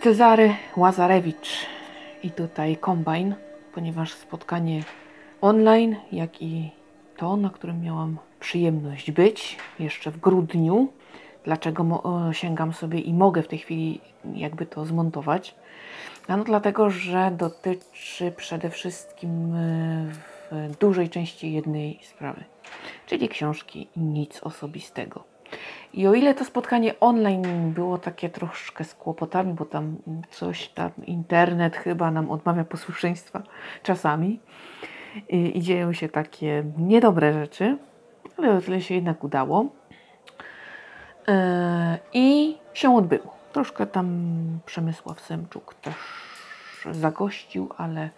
Cezary Łazarewicz i tutaj kombajn, ponieważ spotkanie online, jak i to, na którym miałam przyjemność być jeszcze w grudniu. Dlaczego sięgam sobie i mogę w tej chwili jakby to zmontować? No dlatego, że dotyczy przede wszystkim w dużej części jednej sprawy, czyli książki i nic osobistego. I o ile to spotkanie online było takie troszkę z kłopotami, bo tam coś tam, internet chyba nam odmawia posłuszeństwa czasami i dzieją się takie niedobre rzeczy, ale o tyle się jednak udało i się odbyło. Troszkę tam Przemysław Semczuk też zagościł, ale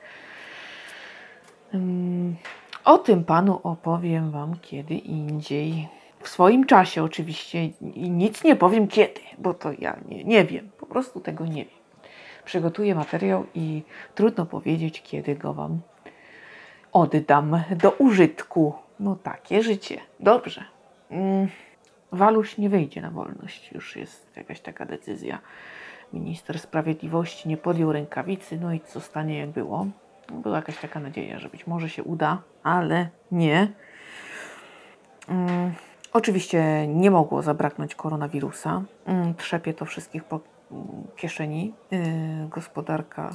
o tym panu opowiem wam kiedy indziej. W swoim czasie oczywiście i nic nie powiem kiedy, bo to ja nie wiem, po prostu tego nie wiem. Przygotuję materiał i trudno powiedzieć, kiedy go wam oddam do użytku. No takie życie. Dobrze. Waluś nie wyjdzie na wolność. Już jest jakaś taka decyzja. Minister Sprawiedliwości nie podjął rękawicy, no i co stanie jak było. Była jakaś taka nadzieja, że być może się uda, ale nie. Oczywiście nie mogło zabraknąć koronawirusa. Trzepie to wszystkich po kieszeni. Gospodarka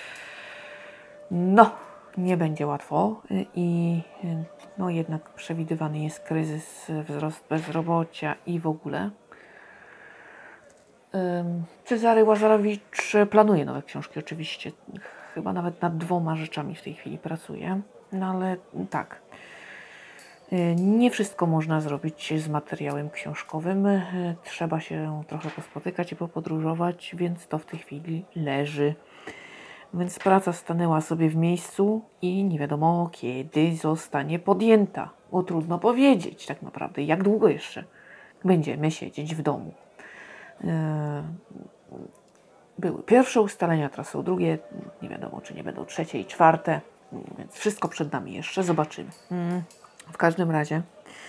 nie będzie łatwo i jednak przewidywany jest kryzys, wzrost bezrobocia i w ogóle. Cezary Łazarewicz planuje nowe książki oczywiście. Chyba nawet nad 2 rzeczami w tej chwili pracuje. No ale tak. Nie wszystko można zrobić z materiałem książkowym. Trzeba się trochę pospotykać i popodróżować, więc to w tej chwili leży. Więc praca stanęła sobie w miejscu i nie wiadomo kiedy zostanie podjęta. Bo trudno powiedzieć tak naprawdę, jak długo jeszcze będziemy siedzieć w domu. Były pierwsze ustalenia, teraz są drugie. Nie wiadomo, czy nie będą trzecie i czwarte. Więc wszystko przed nami jeszcze, zobaczymy. W każdym razie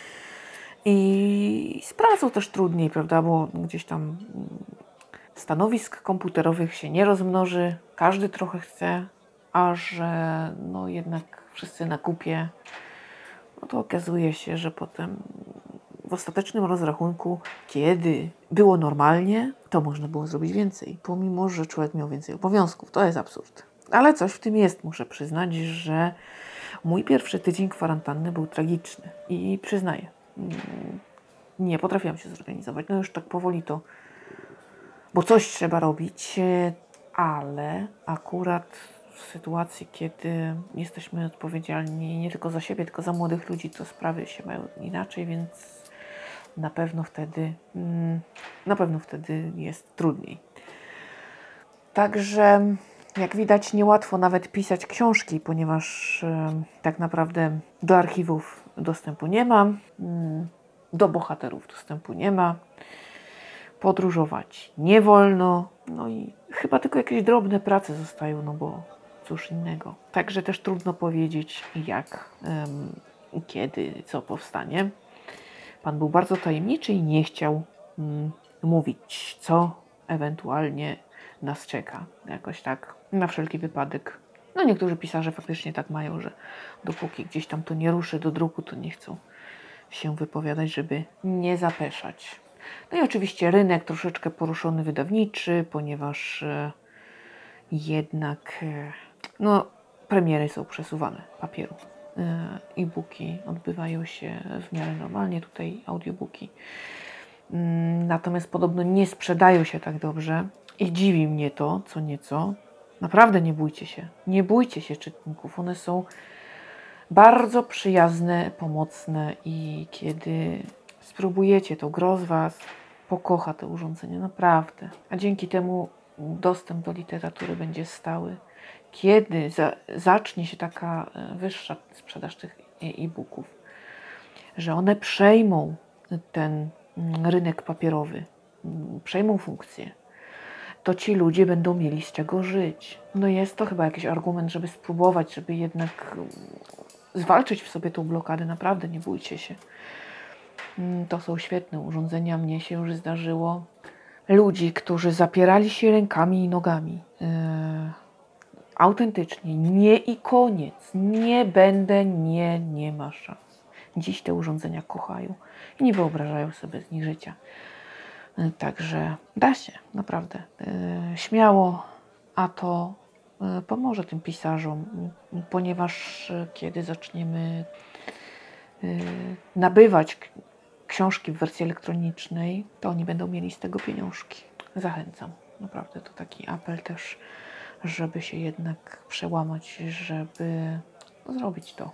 i z pracą też trudniej, prawda, bo gdzieś tam stanowisk komputerowych się nie rozmnoży, każdy trochę chce, a że jednak wszyscy na kupie, no to okazuje się, że potem w ostatecznym rozrachunku, kiedy było normalnie, to można było zrobić więcej, pomimo że człowiek miał więcej obowiązków. To jest absurd. Ale coś w tym jest, muszę przyznać, że mój pierwszy tydzień kwarantanny był tragiczny i przyznaję, nie potrafiłam się zorganizować. No już tak powoli to, bo coś trzeba robić, ale akurat w sytuacji, kiedy jesteśmy odpowiedzialni nie tylko za siebie, tylko za młodych ludzi, to sprawy się mają inaczej, więc na pewno wtedy jest trudniej. Także jak widać niełatwo nawet pisać książki, ponieważ tak naprawdę do archiwów dostępu nie ma, do bohaterów dostępu nie ma, podróżować nie wolno, no i chyba tylko jakieś drobne prace zostają, no bo cóż innego. Także też trudno powiedzieć jak, kiedy, co powstanie. Pan był bardzo tajemniczy i nie chciał mówić, co ewentualnie nas czeka. Jakoś tak, na wszelki wypadek. No niektórzy pisarze faktycznie tak mają, że dopóki gdzieś tam to nie ruszy do druku, to nie chcą się wypowiadać, żeby nie zapeszać. No i oczywiście rynek troszeczkę poruszony wydawniczy, ponieważ jednak premiery są przesuwane papieru. E-booki odbywają się w miarę normalnie, tutaj audiobooki. Natomiast podobno nie sprzedają się tak dobrze i dziwi mnie to co nieco. Naprawdę nie bójcie się. Nie bójcie się czytników. One są bardzo przyjazne, pomocne i kiedy spróbujecie, to gro z Was pokocha te urządzenie. Naprawdę. A dzięki temu dostęp do literatury będzie stały. Kiedy zacznie się taka wyższa sprzedaż tych e-booków, że one przejmą ten rynek papierowy, przejmą funkcję, to ci ludzie będą mieli z czego żyć. No jest to chyba jakiś argument, żeby spróbować, żeby jednak zwalczyć w sobie tą blokadę. Naprawdę nie bójcie się. To są świetne urządzenia. Mnie się już zdarzyło ludzi, którzy zapierali się rękami i nogami. Autentycznie, nie i koniec, nie będę, nie ma szans. Dziś te urządzenia kochają i nie wyobrażają sobie z nich życia. Także da się, naprawdę. Śmiało, a to pomoże tym pisarzom, ponieważ kiedy zaczniemy nabywać książki w wersji elektronicznej, to oni będą mieli z tego pieniążki. Zachęcam. Naprawdę to taki apel też, żeby się jednak przełamać, żeby zrobić to.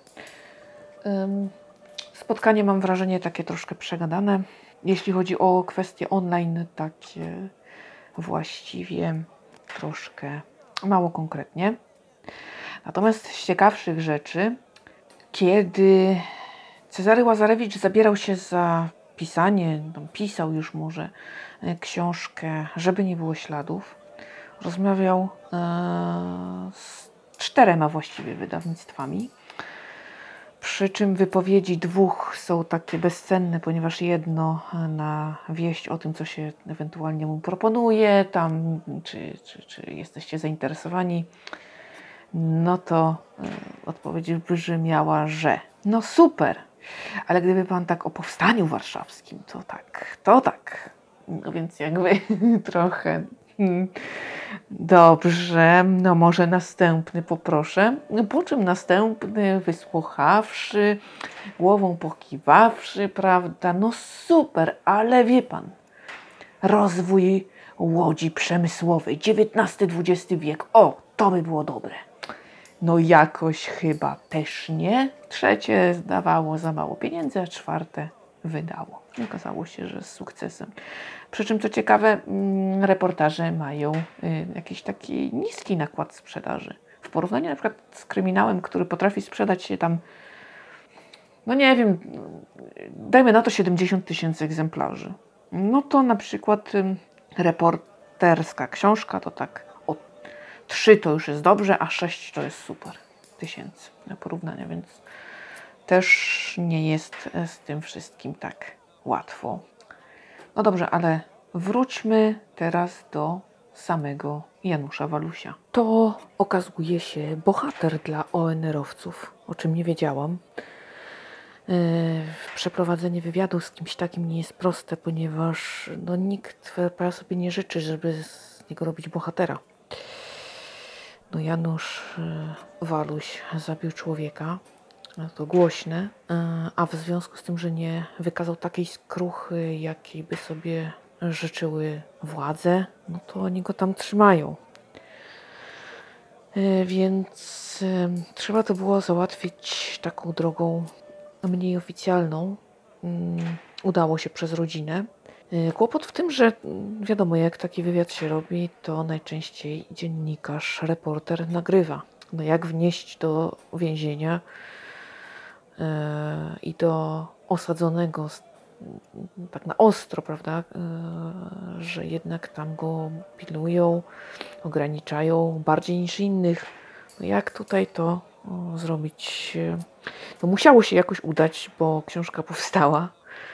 Spotkanie mam wrażenie takie troszkę przegadane. Jeśli chodzi o kwestie online, takie właściwie troszkę mało konkretnie. Natomiast z ciekawszych rzeczy, kiedy Cezary Łazarewicz zabierał się za pisanie, pisał już może książkę Żeby nie było śladów, rozmawiał z 4 właściwie wydawnictwami. Przy czym wypowiedzi 2 są takie bezcenne, ponieważ jedno na wieść o tym, co się ewentualnie mu proponuje, tam czy jesteście zainteresowani, no to odpowiedź brzmiała, że no super, ale gdyby pan tak o powstaniu warszawskim, to tak. No więc jakby trochę dobrze, no może następny poproszę, po czym następny wysłuchawszy, głową pokiwawszy, prawda, no super, ale wie pan, rozwój łodzi przemysłowej, XIX-XX wiek, o, to by było dobre. No jakoś chyba też nie. 3 zdawało za mało pieniędzy, a 4 wydało. Okazało się, że z sukcesem. Przy czym, co ciekawe, reportaże mają jakiś taki niski nakład sprzedaży. W porównaniu na przykład z kryminałem, który potrafi sprzedać się tam, no nie wiem, dajmy na to 70 000 egzemplarzy. No to na przykład reporterska książka to tak o 3 to już jest dobrze, a 6 to jest super. 1000 na porównanie, więc też nie jest z tym wszystkim tak łatwo. No dobrze, ale wróćmy teraz do samego Janusza Walusia. To okazuje się bohater dla ONR-owców, o czym nie wiedziałam. Przeprowadzenie wywiadu z kimś takim nie jest proste, ponieważ no, nikt sobie nie życzy, żeby z niego robić bohatera. No, Janusz Waluś zabił człowieka, to głośne, a w związku z tym, że nie wykazał takiej skruchy, jakiej by sobie życzyły władze, no to oni go tam trzymają. Więc trzeba to było załatwić taką drogą mniej oficjalną. Udało się przez rodzinę. Kłopot w tym, że wiadomo, jak taki wywiad się robi, to najczęściej dziennikarz, reporter nagrywa. No jak wnieść do więzienia i do osadzonego tak na ostro, prawda, że jednak tam go pilnują, ograniczają bardziej niż innych. No jak tutaj to zrobić? No musiało się jakoś udać, bo książka powstała.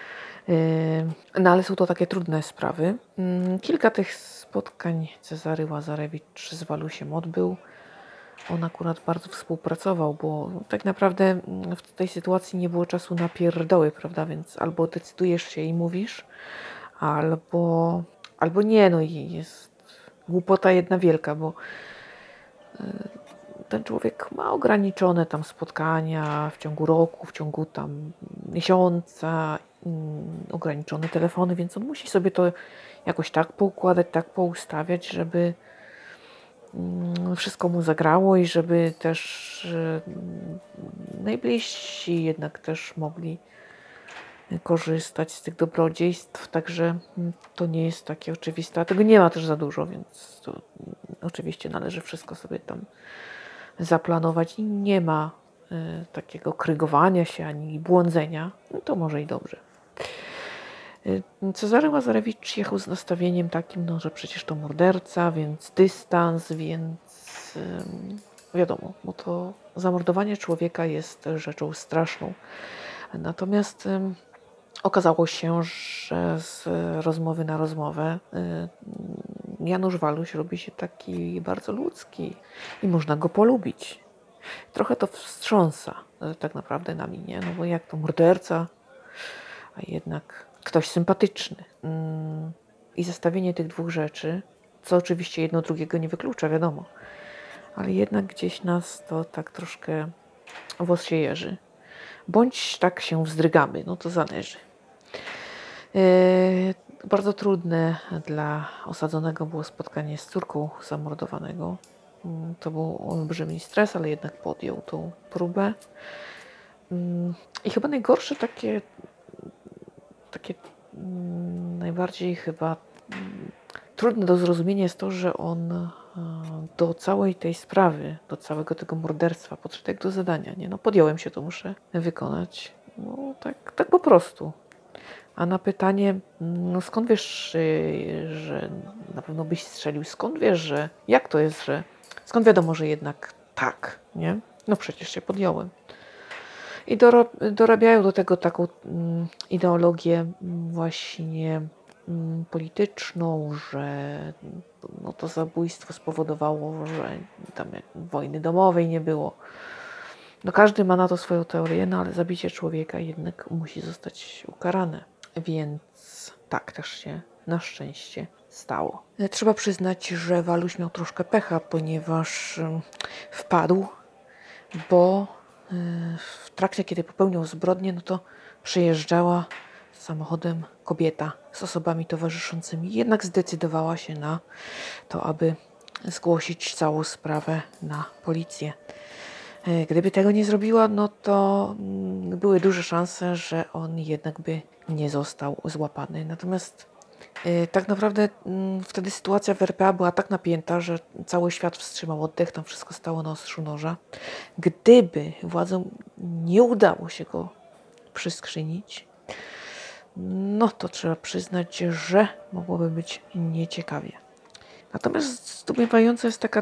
No ale są to takie trudne sprawy. Kilka tych spotkań Cezary Łazarewicz z Walusiem odbył. On akurat bardzo współpracował, bo tak naprawdę w tej sytuacji nie było czasu na pierdoły, prawda? Więc albo decydujesz się i mówisz, albo nie. No i jest głupota jedna wielka, bo ten człowiek ma ograniczone tam spotkania w ciągu roku, w ciągu tam miesiąca, ograniczone telefony, więc on musi sobie to jakoś tak poukładać, tak poustawiać, żeby wszystko mu zagrało i żeby też najbliżsi jednak też mogli korzystać z tych dobrodziejstw, także to nie jest takie oczywiste, a tego nie ma też za dużo, więc to oczywiście należy wszystko sobie tam zaplanować i nie ma takiego krygowania się ani błądzenia, no to może i dobrze. Cezary Łazarewicz jechał z nastawieniem takim, no, że przecież to morderca, więc dystans, więc wiadomo, bo to zamordowanie człowieka jest rzeczą straszną. Natomiast Okazało się, że z rozmowy na rozmowę Janusz Waluś robi się taki bardzo ludzki i można go polubić. Trochę to wstrząsa tak naprawdę nami, nie? No bo jak to morderca, a jednak ktoś sympatyczny. I zestawienie tych dwóch rzeczy, co oczywiście jedno drugiego nie wyklucza, wiadomo, ale jednak gdzieś nas to tak troszkę włos się jeży. Bądź tak się wzdrygamy, no to zależy. Bardzo trudne dla osadzonego było spotkanie z córką zamordowanego. To był olbrzymi stres, ale jednak podjął tą próbę. I chyba najgorsze takie najbardziej chyba trudne do zrozumienia jest to, że on do całej tej sprawy, do całego tego morderstwa podszedł jak do zadania. Nie? No podjąłem się, to muszę wykonać. No tak po prostu. A na pytanie, no skąd wiesz, że na pewno byś strzelił? Skąd wiesz, że jak to jest, że skąd wiadomo, że jednak tak, nie? No przecież się podjąłem. I dorabiają do tego taką ideologię właśnie polityczną, że no to zabójstwo spowodowało, że tam wojny domowej nie było. No każdy ma na to swoją teorię, no ale zabicie człowieka jednak musi zostać ukarane. Więc tak też się na szczęście stało. Trzeba przyznać, że Waluś miał troszkę pecha, ponieważ wpadł, bo w trakcie, kiedy popełniał zbrodnię, no to przyjeżdżała samochodem kobieta z osobami towarzyszącymi. Jednak zdecydowała się na to, aby zgłosić całą sprawę na policję. Gdyby tego nie zrobiła, no to były duże szanse, że on jednak by nie został złapany. Natomiast tak naprawdę wtedy sytuacja w RPA była tak napięta, że cały świat wstrzymał oddech, tam wszystko stało na ostrzu noża. Gdyby władzom nie udało się go przyskrzynić, no to trzeba przyznać, że mogłoby być nieciekawie. Natomiast zdumiewająca jest taka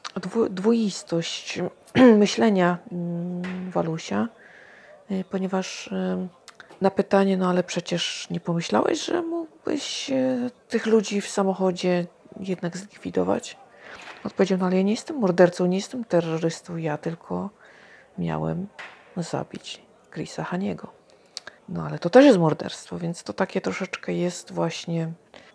dwoistość myślenia Walusia, ponieważ na pytanie, no ale przecież nie pomyślałeś, że mógłbyś tych ludzi w samochodzie jednak zlikwidować? Odpowiedział, no ale ja nie jestem mordercą, nie jestem terrorystą, ja tylko miałem zabić Chrisa Haniego. No ale to też jest morderstwo, więc to takie troszeczkę jest właśnie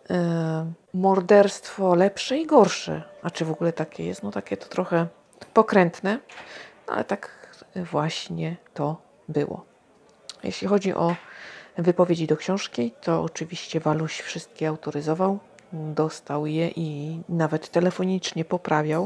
morderstwo lepsze i gorsze. A czy w ogóle takie jest? No takie to trochę pokrętne, no ale tak właśnie to było. Jeśli chodzi o wypowiedzi do książki, to oczywiście Waluś wszystkie autoryzował, dostał je i nawet telefonicznie poprawiał,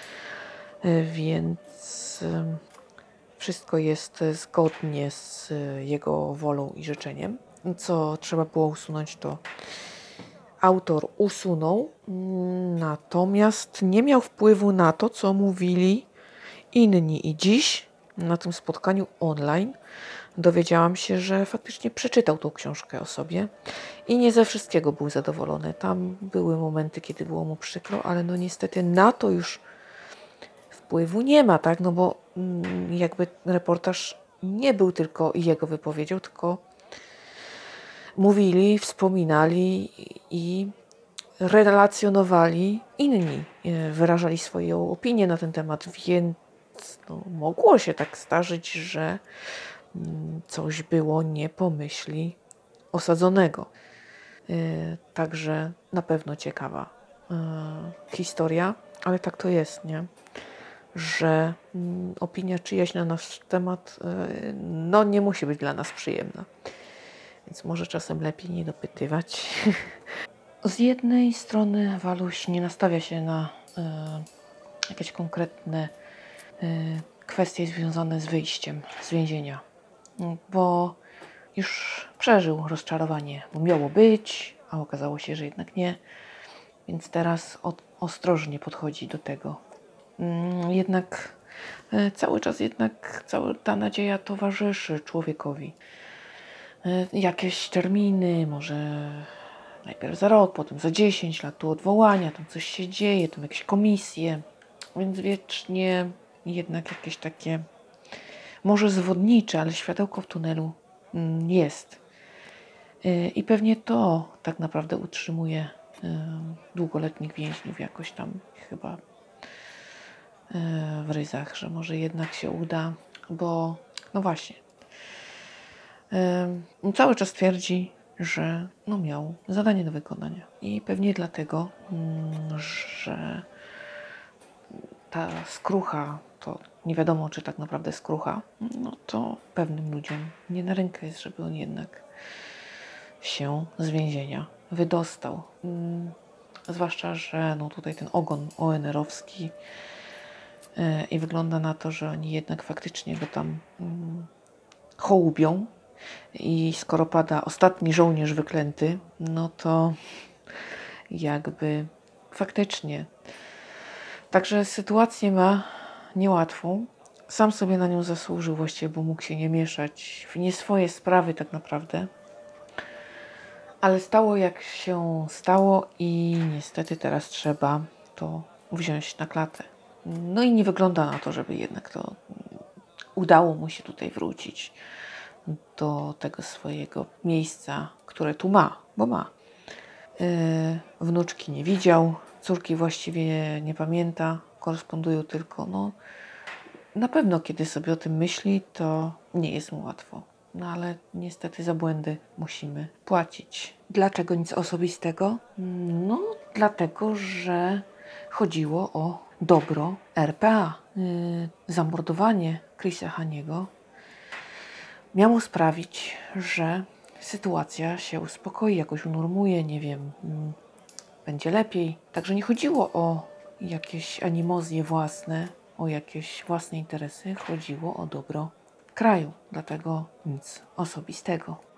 więc wszystko jest zgodnie z jego wolą i życzeniem. Co trzeba było usunąć, to autor usunął, natomiast nie miał wpływu na to, co mówili inni. I dziś na tym spotkaniu online dowiedziałam się, że faktycznie przeczytał tą książkę o sobie i nie ze wszystkiego był zadowolony. Tam były momenty, kiedy było mu przykro, ale no niestety na to już wpływu nie ma, tak? No bo jakby reportaż nie był tylko jego wypowiedzią, tylko mówili, wspominali i relacjonowali inni, wyrażali swoją opinię na ten temat, więc no, mogło się tak zdarzyć, że coś było nie po myśli osadzonego. Także na pewno ciekawa historia, ale tak to jest, nie? Że opinia czyjaś na nasz temat no nie musi być dla nas przyjemna. Więc może czasem lepiej nie dopytywać. Z jednej strony Waluś nie nastawia się na jakieś konkretne kwestie związane z wyjściem z więzienia, bo już przeżył rozczarowanie, bo miało być, a okazało się, że jednak nie, więc teraz ostrożnie podchodzi do tego. Jednak cały czas cała ta nadzieja towarzyszy człowiekowi. Jakieś terminy, może najpierw za rok, potem za 10 lat, tu odwołania, tam coś się dzieje, tam jakieś komisje, więc wiecznie jednak jakieś takie, może zwodnicze, ale światełko w tunelu jest. I pewnie to tak naprawdę utrzymuje długoletnich więźniów jakoś tam chyba w ryzach, że może jednak się uda, bo no właśnie, cały czas twierdzi, że no miał zadanie do wykonania i pewnie dlatego, że ta skrucha, to nie wiadomo, czy tak naprawdę skrucha, no to pewnym ludziom nie na rękę jest, żeby on jednak się z więzienia wydostał. Zwłaszcza, że no tutaj ten ogon ONR-owski i wygląda na to, że oni jednak faktycznie go tam hołubią i skoro pada ostatni żołnierz wyklęty, no to jakby faktycznie. Także sytuację ma niełatwą. Sam sobie na nią zasłużył właściwie, bo mógł się nie mieszać w nie swoje sprawy tak naprawdę. Ale stało jak się stało i niestety teraz trzeba to wziąć na klatę. No i nie wygląda na to, żeby jednak to udało mu się tutaj wrócić do tego swojego miejsca, które tu ma, bo ma. Wnuczki nie widział, córki właściwie nie pamięta, korespondują tylko. No, na pewno, kiedy sobie o tym myśli, to nie jest mu łatwo. No ale niestety za błędy musimy płacić. Dlaczego nic osobistego? No, dlatego, że chodziło o dobro RPA. Zamordowanie Chrisa Haniego miało sprawić, że sytuacja się uspokoi, jakoś unormuje, nie wiem, będzie lepiej. Także nie chodziło o jakieś animozje własne, o jakieś własne interesy, chodziło o dobro kraju, dlatego nic osobistego.